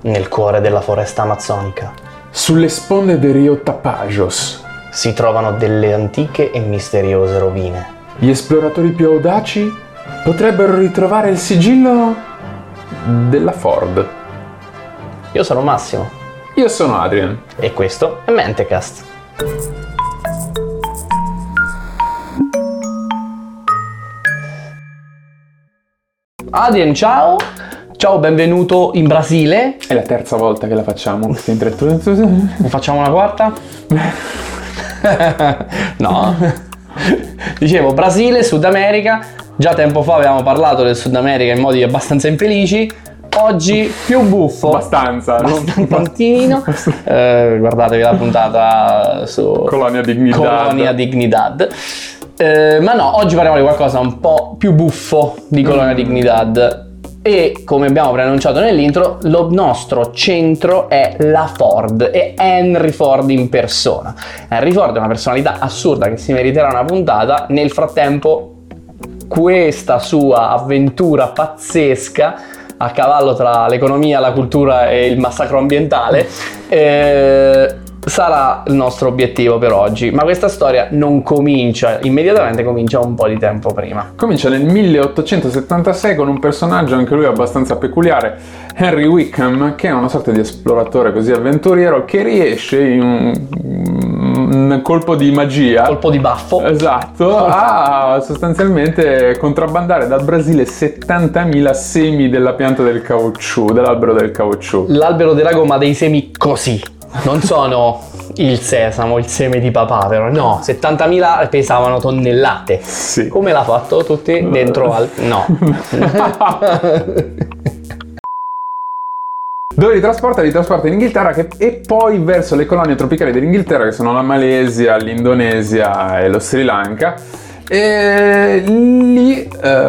nel cuore della foresta amazzonica. Sulle sponde del Rio Tapajos Si trovano delle antiche e misteriose rovine. gli esploratori più audaci potrebbero ritrovare il sigillo della Ford. Io sono Massimo Io sono Adrian. e questo è Mentecast. Adrian, ciao! Ciao, benvenuto in Brasile. È la terza volta che la facciamo questa Ne facciamo una quarta? No. Dicevo, Brasile, Sud America. Già tempo fa avevamo parlato del Sud America in modi abbastanza infelici. Oggi più buffo. Abbastanza, no? Tantino. Guardatevi la puntata su Colonia Dignidad. Ma no, oggi parliamo di qualcosa un po' più buffo di Colonia Dignidad. E come abbiamo preannunciato nell'intro, lo nostro centro è la Ford e Henry Ford in persona. Henry Ford è una personalità assurda che si meriterà una puntata. Nel frattempo, questa sua avventura pazzesca a cavallo tra l'economia, la cultura e il massacro ambientale sarà il nostro obiettivo per oggi. Ma questa storia non comincia immediatamente, comincia un po' di tempo prima. Comincia nel 1876 con un personaggio anche lui abbastanza peculiare, Henry Wickham, che è una sorta di esploratore così avventuriero che riesce in un colpo di magia, Colpo di baffo. esatto, a sostanzialmente contrabbandare dal Brasile 70.000 semi della pianta del caucciù, dell'albero del caucciù. L'albero della gomma dei semi così. Non sono il sesamo, il seme di papavero, no, 70.000 pesavano tonnellate. Sì. Come l'ha fatto tutti dentro al... No. Dove li trasporta in Inghilterra e poi verso le colonie tropicali dell'Inghilterra, che sono la Malesia, l'Indonesia e lo Sri Lanka. E lì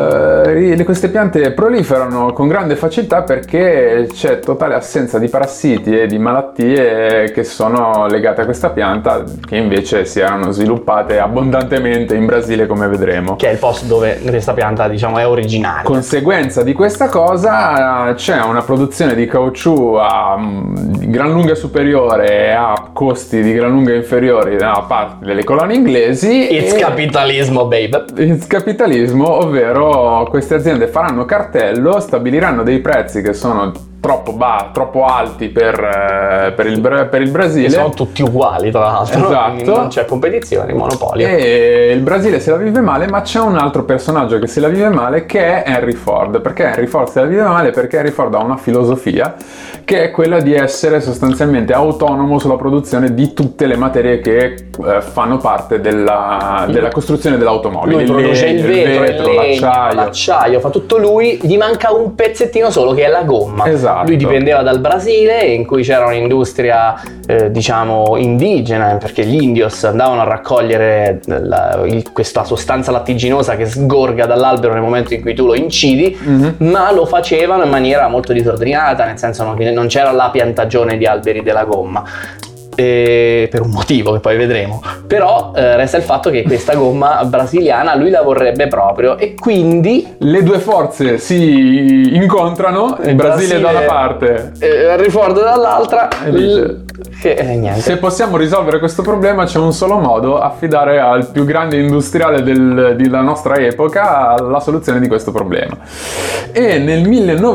queste piante proliferano con grande facilità perché c'è totale assenza di parassiti e di malattie che sono legate a questa pianta, che invece si erano sviluppate abbondantemente in Brasile, come vedremo. Che è il posto dove questa pianta, diciamo, è originaria. Conseguenza di questa cosa c'è una produzione di caucciù a gran lunga superiore e a costi di gran lunga inferiori da parte delle colonie inglesi. It's capitalismo, babe. Il capitalismo, ovvero queste aziende faranno cartello, stabiliranno dei prezzi che sono troppo alti per il Brasile. E sono tutti uguali, tra l'altro. Esatto. Non c'è competizione, monopolio. E il Brasile se la vive male, ma c'è un altro personaggio che se la vive male, che è Henry Ford. Perché Henry Ford se la vive male? Perché Henry Ford ha una filosofia che è quella di essere sostanzialmente autonomo sulla produzione di tutte le materie che fanno parte della costruzione dell'automobile. Lui produce il vetro, l'acciaio. fa tutto lui, gli manca un pezzettino solo che è la gomma. Esatto. Lui dipendeva dal Brasile, in cui c'era un'industria diciamo indigena, perché gli indios andavano a raccogliere questa sostanza lattiginosa che sgorga dall'albero nel momento in cui tu lo incidi, ma lo facevano in maniera molto disordinata, nel senso che non c'era la piantagione di alberi della gomma. Per un motivo che poi vedremo, però resta il fatto che questa gomma brasiliana lui la vorrebbe proprio, e quindi le due forze si incontrano, il Brasile da una parte Henry Ford dall'altra, e dice niente. se possiamo risolvere questo problema c'è un solo modo: affidare al più grande industriale della nostra epoca la soluzione di questo problema. E nel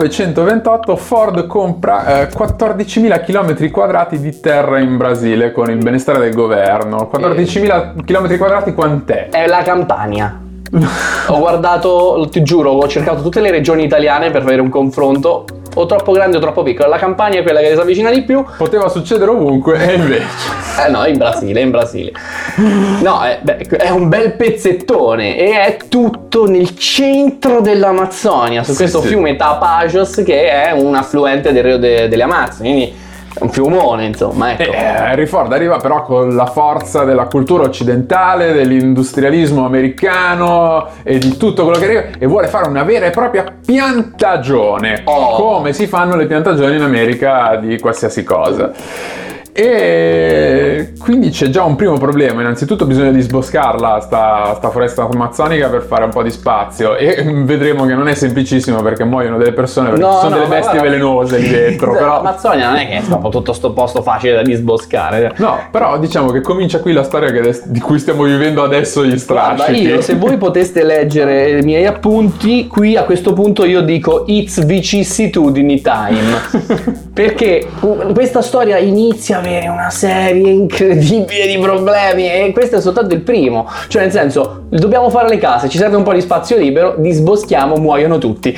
1928 Ford compra 14.000 km quadrati di terra in Brasile con il benestare del governo. 14.000 km quadrati quant'è? È la Campania. Ho guardato, ti giuro, ho cercato tutte le regioni italiane per avere un confronto, o troppo grande o troppo piccolo. La Campania è quella che si avvicina di più. Poteva succedere ovunque, e invece No, in Brasile. No, è un bel pezzettone e è tutto nel centro dell'Amazzonia, su questo fiume Tapajos, che è un affluente del Rio delle Amazzoni, quindi è un fiumone, insomma, ecco. Henry Ford arriva però con la forza della cultura occidentale, dell'industrialismo americano e di tutto quello che arriva, e vuole fare una vera e propria piantagione, come si fanno le piantagioni in America di qualsiasi cosa. E quindi c'è già un primo problema. Innanzitutto bisogna disboscarla sta foresta amazzonica per fare un po' di spazio, e vedremo che non è semplicissimo perché muoiono delle persone, perché ci sono delle bestie velenose lì dentro. Però l'Amazzonia non è che è proprio tutto sto posto facile da disboscare. No, però diciamo che comincia qui la storia di cui stiamo vivendo adesso gli strascichi. Guarda, io, se voi poteste leggere i miei appunti, qui a questo punto io dico it's vicissitudini time. Perché questa storia inizia a avere una serie incredibile di problemi, e questo è soltanto il primo. Cioè, nel senso, dobbiamo fare le case, ci serve un po' di spazio libero, disboschiamo, muoiono tutti.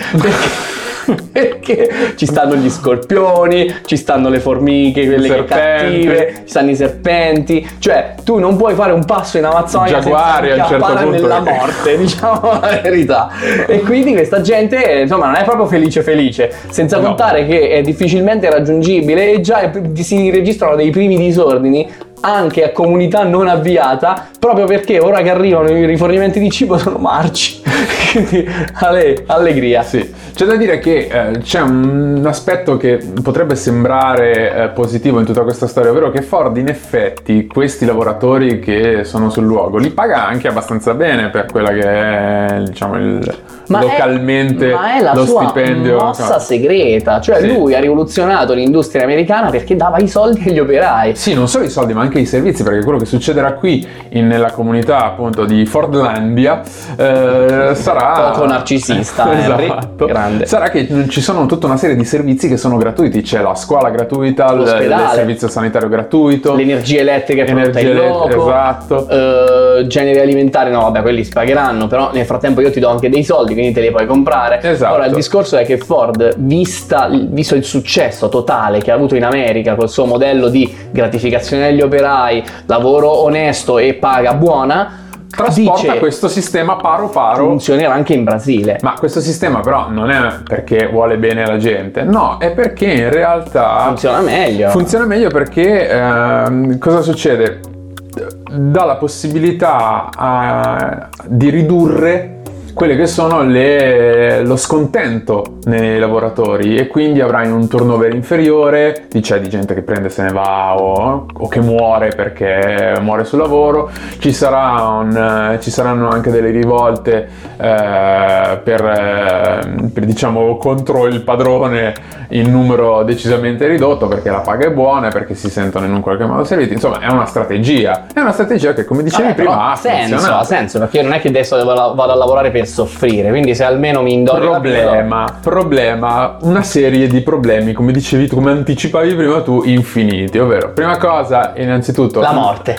Perché ci stanno gli scorpioni, ci stanno le formiche, quelle che cattive, ci stanno i serpenti. Cioè, tu non puoi fare un passo in Amazzonia Giaguari, senza incappare a un certo nella morte, diciamo la verità. E quindi questa gente, insomma, non è proprio felice, senza contare che è difficilmente raggiungibile, e già si registrano dei primi disordini anche a comunità non avviata, proprio perché ora che arrivano i rifornimenti di cibo sono marci. Quindi allegria. Sì, c'è da dire che c'è un aspetto che potrebbe sembrare positivo in tutta questa storia, ovvero che Ford in effetti questi lavoratori che sono sul luogo li paga anche abbastanza bene per quella che è, diciamo, localmente lo stipendio. Ma è la sua mossa segreta, cioè sì. Lui ha rivoluzionato l'industria americana perché dava i soldi agli operai. Sì, non solo i soldi ma anche i servizi, perché quello che succederà qui nella comunità appunto di Fordlandia sarà poco narcisista. Esatto. Grande. Sarà che ci sono tutta una serie di servizi che sono gratuiti. C'è la scuola gratuita, il servizio sanitario gratuito, l'energia elettrica prodotta in loco, esatto. Generi alimentari, no vabbè, quelli si pagheranno, però nel frattempo io ti do anche dei soldi, quindi te li puoi comprare. Esatto. Ora il discorso è che Ford, visto il successo totale che ha avuto in America col suo modello di gratificazione degli operai, lavoro onesto e paga buona, trasporta questo sistema paro funzionerà anche in Brasile. Ma questo sistema però non è perché vuole bene alla gente, no, è perché in realtà funziona meglio perché cosa succede? Dà la possibilità di ridurre quelle che sono lo scontento nei lavoratori, e quindi avrai un turnover inferiore, c'è di gente che prende e se ne va o che muore perché muore sul lavoro. Ci saranno anche delle rivolte per diciamo contro il padrone in numero decisamente ridotto, perché la paga è buona e perché si sentono in un qualche modo serviti. Insomma, è una strategia che, come dicevi prima, ha senso, perché non è che adesso vado a lavorare per soffrire, quindi se almeno mi indoro problema, una serie di problemi, come dicevi tu, come anticipavi prima tu, infiniti. Ovvero, prima cosa, innanzitutto la morte.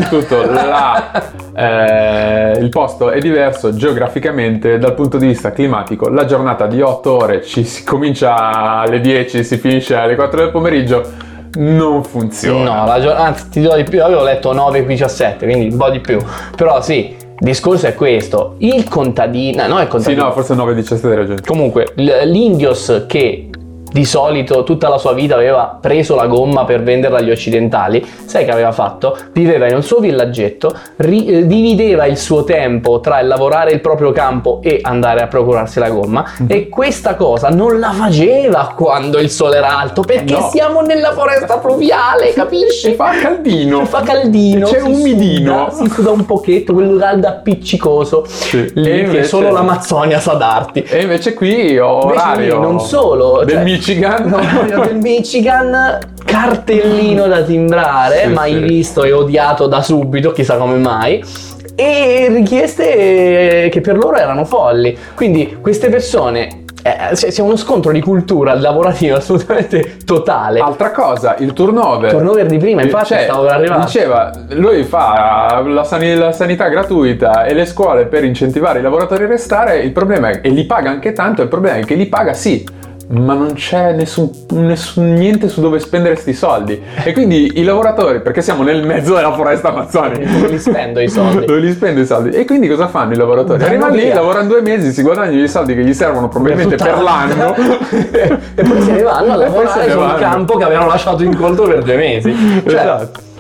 Il posto è diverso geograficamente, dal punto di vista climatico. La giornata di 8 ore si comincia alle 10, si finisce alle 4 del pomeriggio. Non funziona. No, anzi ti do di più, avevo letto 9-17, quindi un po' di più. Però sì, il discorso è questo. Il contadino, Sì, no, forse 9-17 ragione. Comunque, l'Indios che di solito tutta la sua vita aveva preso la gomma per venderla agli occidentali, sai che aveva fatto? Viveva in un suo villaggetto, divideva il suo tempo tra il lavorare il proprio campo e andare a procurarsi la gomma, e questa cosa non la faceva quando il sole era alto, perché siamo nella foresta pluviale, capisci? Fa caldino, c'è umidino, si suda un pochetto, quel caldo appiccicoso lì, invece, che solo l'Amazzonia sa darti. E invece qui orario non solo del Michigan, del Michigan, cartellino da timbrare, mai visto e odiato da subito, chissà come mai, e richieste che per loro erano folli. Quindi queste persone, c'è uno scontro di cultura lavorativo assolutamente totale. Altra cosa, il turnover di prima, infatti stavo per arrivare. Diceva, lui fa la sanità gratuita e le scuole per incentivare i lavoratori a restare. Il problema è, e li paga anche tanto, il problema è che li paga ma non c'è niente su dove spendere sti soldi, e quindi i lavoratori, perché siamo nel mezzo della foresta amazzonica, dove li spendo i soldi? E quindi cosa fanno i lavoratori? Arrivano lì, lavorano 2 mesi, si guadagnano i soldi che gli servono probabilmente per l'anno e poi se ne vanno a lavorare su un campo che avevano lasciato incolto per 2 mesi. Esatto.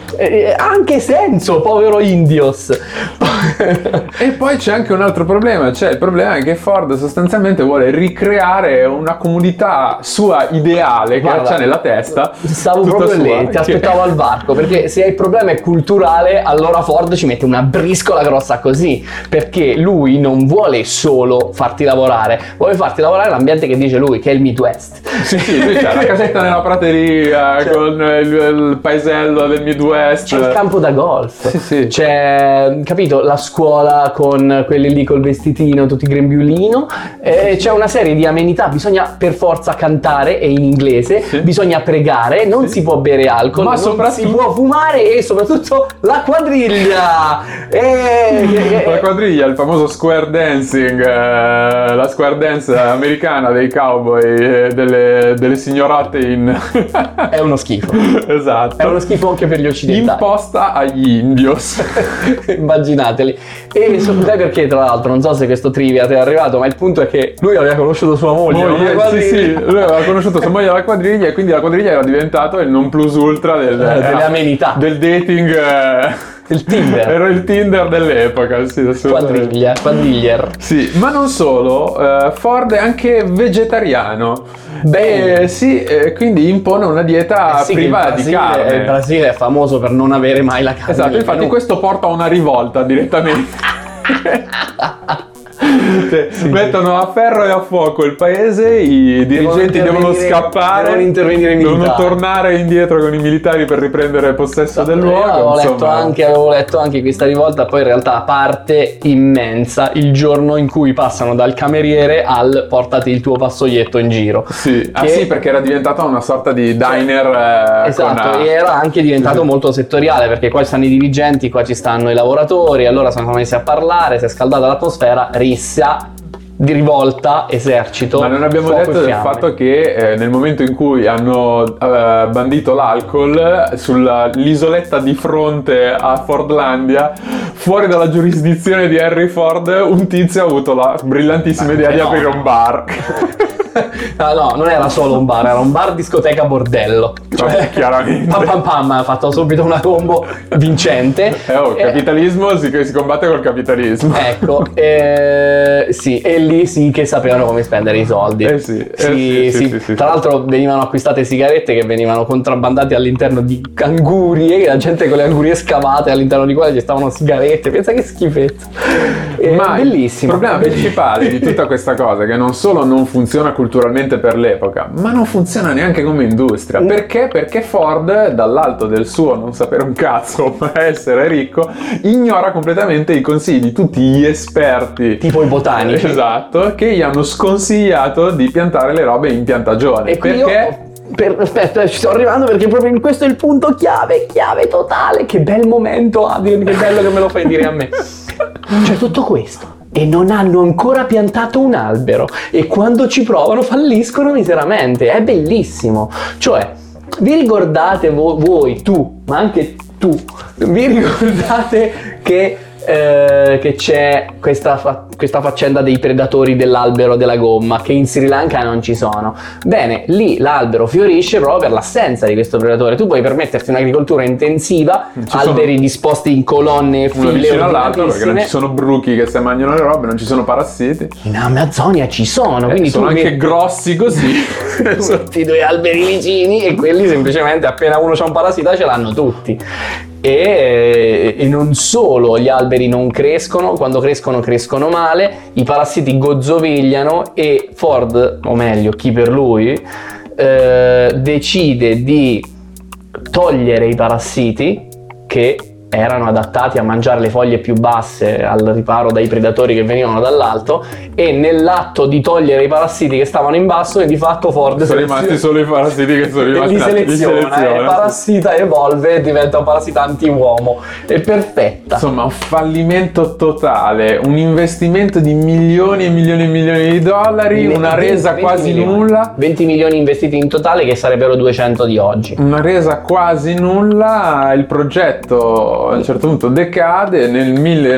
anche senso, povero Indios. E poi c'è anche un altro problema, cioè il problema è che Ford sostanzialmente vuole ricreare una comunità sua ideale che c'ha nella testa. Stavo proprio lì, ti aspettavo al varco, perché se il problema è culturale, allora Ford ci mette una briscola grossa così, perché lui non vuole solo farti lavorare, vuole farti lavorare l'ambiente che dice lui, che è il Midwest. Sì, lui c'ha la casetta nella prateria, con il paesello del Midwest. C'è il campo da golf, sì. C'è, capito, la scuola con quelli lì col vestitino, tutti grembiulino, c'è una serie di amenità, bisogna per forza cantare e in inglese, bisogna pregare, non si può bere alcol, ma non soprattutto si può fumare e soprattutto la quadriglia. La quadriglia, il famoso square dancing, la square dance americana dei cowboy, delle signorate in... È uno schifo. Esatto. È uno schifo anche per gli occidentali. Imposta agli indios. Immaginateli. E sai perché, tra l'altro, non so se questo trivia ti è arrivato, ma il punto è che lui aveva conosciuto sua moglie. Sì, lui aveva conosciuto sua moglie alla quadriglia e quindi la quadriglia era diventato il non plus ultra delle amenità. Del dating. Il Tinder. Era il Tinder dell'epoca, sì, assolutamente. Quadriglier. Sì, ma non solo, Ford è anche vegetariano. Sì, quindi impone una dieta priva di carne. Il Brasile è famoso per non avere mai la carne. Esatto, infatti questo porta a una rivolta direttamente. Mettono a ferro e a fuoco il paese, i dirigenti devono scappare, devono tornare indietro con i militari per riprendere possesso del luogo. Avevo letto anche questa rivolta, poi in realtà parte immensa il giorno in cui passano dal cameriere al portati il tuo vassoietto in giro. Sì, sì, perché era diventata una sorta di diner. Esatto, e era anche diventato molto settoriale, perché qua ci stanno i dirigenti, qua ci stanno i lavoratori, allora sono messi a parlare, si è scaldata l'atmosfera, rissa, di rivolta, esercito. Ma non abbiamo detto del fatto che nel momento in cui hanno bandito l'alcol sull'isoletta di fronte a Fordlandia, fuori dalla giurisdizione di Henry Ford, un tizio ha avuto la brillantissima idea di aprire un bar. No, non era solo un bar, era un bar discoteca bordello. Cioè, chiaramente. Ha fatto subito una combo vincente. Capitalismo si combatte col capitalismo. Ecco, sì, e lì sì che sapevano come spendere i soldi. Sì. Tra l'altro venivano acquistate sigarette che venivano contrabbandate all'interno di cangurie, la gente con le angurie scavate all'interno di quelle ci stavano sigarette. Pensa che schifezza. Ma bellissimo. Il problema principale di tutta questa cosa è che non solo non funziona culturalmente per l'epoca, ma non funziona neanche come industria. Perché? Perché Ford, dall'alto del suo non sapere un cazzo ma essere ricco, ignora completamente i consigli di tutti gli esperti, tipo i botanici, esatto, che gli hanno sconsigliato di piantare le robe in piantagione. E perché? Aspetta, ci sto arrivando, perché proprio in questo è il punto chiave totale. Che bel momento, che bello che me lo fai dire a me. C'è tutto questo e non hanno ancora piantato un albero, e quando ci provano falliscono miseramente. È bellissimo. Cioè, vi ricordate voi, tu, ma anche tu, vi ricordate che c'è questa faccenda dei predatori dell'albero della gomma, che in Sri Lanka non ci sono? Bene, lì l'albero fiorisce proprio per l'assenza di questo predatore. Tu puoi permetterti un'agricoltura intensiva, alberi disposti in colonne e file vicino all'altro, perché non ci sono bruchi che si mangiano le robe, non ci sono parassiti. In Amazzonia ci sono, quindi sono anche grossi così. Tutti due alberi vicini, e quelli semplicemente appena uno c'ha un parassita ce l'hanno tutti. E non solo, gli alberi non crescono, quando crescono male, i parassiti gozzovigliano, e Ford, o meglio chi per lui, decide di togliere i parassiti che erano adattati a mangiare le foglie più basse al riparo dai predatori che venivano dall'alto, e nell'atto di togliere i parassiti che stavano in basso, e di fatto Ford sono rimasti solo i parassiti che sono rimasti, li seleziona. Il parassita evolve e diventa un parassita anti-uomo. È perfetta. Insomma, un fallimento totale, un investimento di milioni e milioni e milioni di dollari, una resa quasi nulla. 20 milioni investiti in totale, che sarebbero 200 di oggi. Una resa quasi nulla. Il progetto a un certo punto decade nel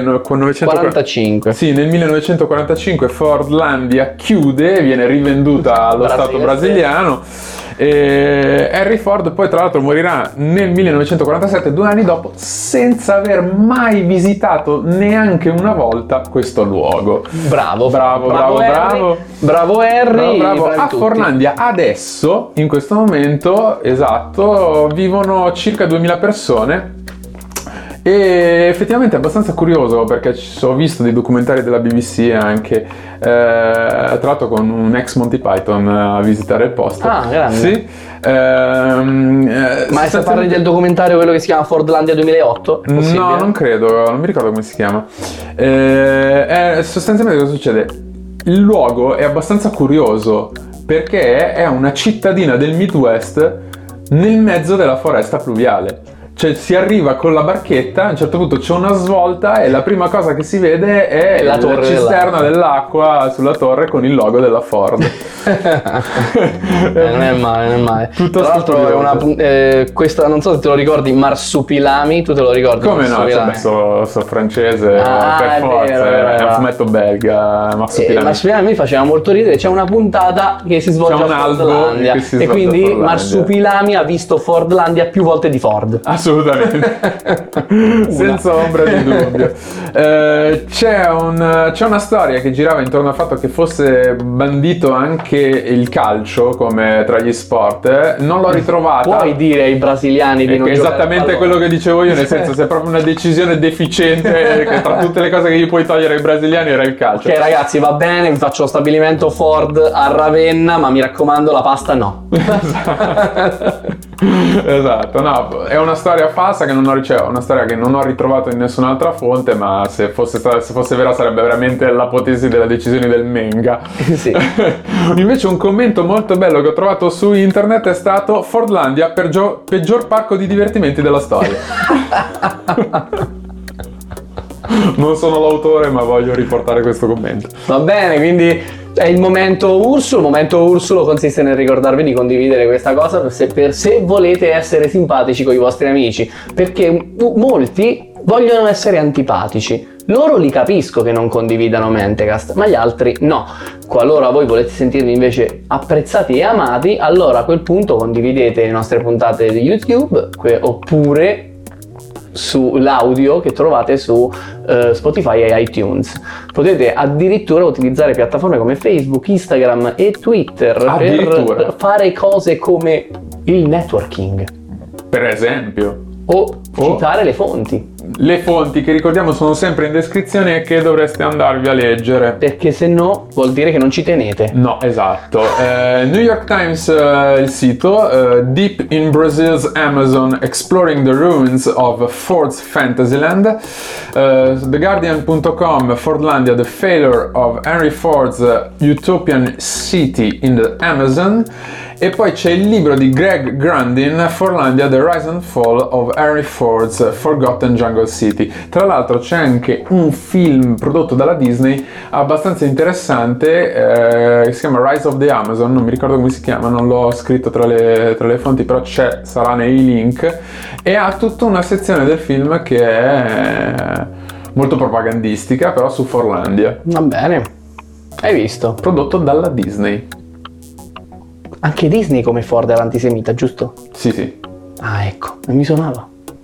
1945. Sì, nel 1945 Fordlandia chiude, viene rivenduta allo Stato brasiliano, E Henry Ford poi tra l'altro morirà nel 1947, 2 anni dopo, senza aver mai visitato neanche una volta questo luogo. Bravo Henry. A Forlandia adesso, in questo momento, esatto, vivono circa 2000 persone. E effettivamente è abbastanza curioso, perché ho visto dei documentari della BBC anche, tra l'altro con un ex Monty Python a visitare il posto. Ah, grande. Sì. Ma se parli del documentario, quello che si chiama Fordlandia 2008? No, non credo, non mi ricordo come si chiama. Sostanzialmente cosa succede? Il luogo è abbastanza curioso perché è una cittadina del Midwest nel mezzo della foresta pluviale. Cioè si arriva con la barchetta, a un certo punto c'è una svolta e la prima cosa che si vede è la cisterna dell'acqua sulla torre con il logo della Ford. Non è male. Tutto tra l'altro è una, questa, non so se te lo ricordi, Marsupilami, tu te lo ricordi? Come no? So francese, per forza, è un fumetto belga, Marsupilami. Marsupilami mi faceva molto ridere, c'è una puntata che si svolge a Fordlandia e quindi Marsupilami ha visto Fordlandia più volte di Ford. Assolutamente. Senza ombra di dubbio. C'è una storia che girava intorno al fatto che fosse bandito anche il calcio come tra gli sport. Non l'ho ritrovata. Puoi dire ai brasiliani di non giocare esattamente quello che dicevo io, nel senso, se è proprio una decisione deficiente che tra tutte le cose che gli puoi togliere ai brasiliani era il calcio. Ok ragazzi, va bene, vi faccio lo stabilimento Ford a Ravenna, ma mi raccomando la pasta no. Esatto, no, è una storia falsa che una storia che non ho ritrovato in nessun'altra fonte, ma se fosse vera sarebbe veramente l'apotesi della decisione del Menga. Sì. Invece un commento molto bello che ho trovato su internet è stato: Fordlandia, peggior parco di divertimenti della storia. Non sono l'autore, ma voglio riportare questo commento. Va bene, quindi è il momento Ursulo. Il momento Ursulo consiste nel ricordarvi di condividere questa cosa se volete essere simpatici con i vostri amici, perché molti vogliono essere antipatici. Loro li capisco che non condividano Mentecast, ma gli altri no. Qualora voi volete sentirvi invece apprezzati e amati, allora a quel punto condividete le nostre puntate di YouTube oppure sull'audio che trovate su Spotify e iTunes. Potete addirittura utilizzare piattaforme come Facebook, Instagram e Twitter per fare cose come il networking, per esempio, o citare le fonti. Le fonti che ricordiamo sono sempre in descrizione e che dovreste andarvi a leggere, perché se no vuol dire che non ci tenete. No, esatto. New York Times, il sito, Deep in Brazil's Amazon, Exploring the Ruins of Ford's Fantasyland. TheGuardian.com, Fordlandia, The Failure of Henry Ford's Utopian City in the Amazon. E poi c'è il libro di Greg Grandin, Fordlandia, The Rise and Fall of Henry Ford's Forgotten Jungle City. Tra l'altro c'è anche un film prodotto dalla Disney abbastanza interessante, che si chiama Rise of the Amazon, non mi ricordo come si chiama, non l'ho scritto tra le fonti, però sarà nei link, e ha tutta una sezione del film che è molto propagandistica, però su Fordlandia. Va bene, hai visto? Prodotto dalla Disney. Anche Disney come Ford era antisemita, giusto? Sì. Ah, ecco, non mi suonava.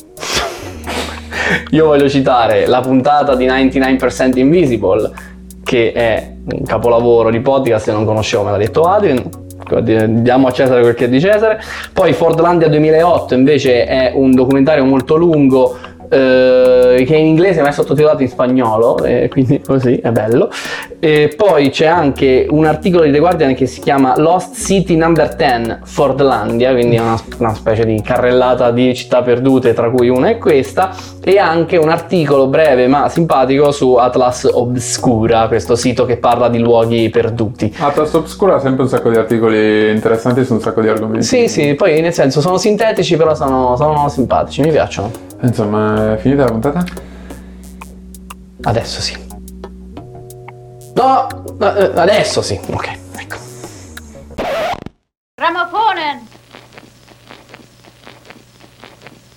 Io voglio citare la puntata di 99% Invisible, che è un capolavoro di podcast, se non conoscevo me l'ha detto Adrian. Diamo a Cesare quel che è di Cesare. Poi Fordlandia 2008 invece è un documentario molto lungo, che in inglese ma è sottotitolato in spagnolo, quindi così è bello. E poi c'è anche un articolo di The Guardian che si chiama Lost City Number 10 Fordlandia, quindi è una specie di carrellata di città perdute, tra cui una è questa, e anche un articolo breve ma simpatico su Atlas Obscura, questo sito che parla di luoghi perduti. Atlas Obscura ha sempre un sacco di articoli interessanti su un sacco di argomenti. Sì, poi nel senso sono sintetici, però sono simpatici, mi piacciono. Insomma, è finita la puntata? Adesso sì. No, adesso sì, ok.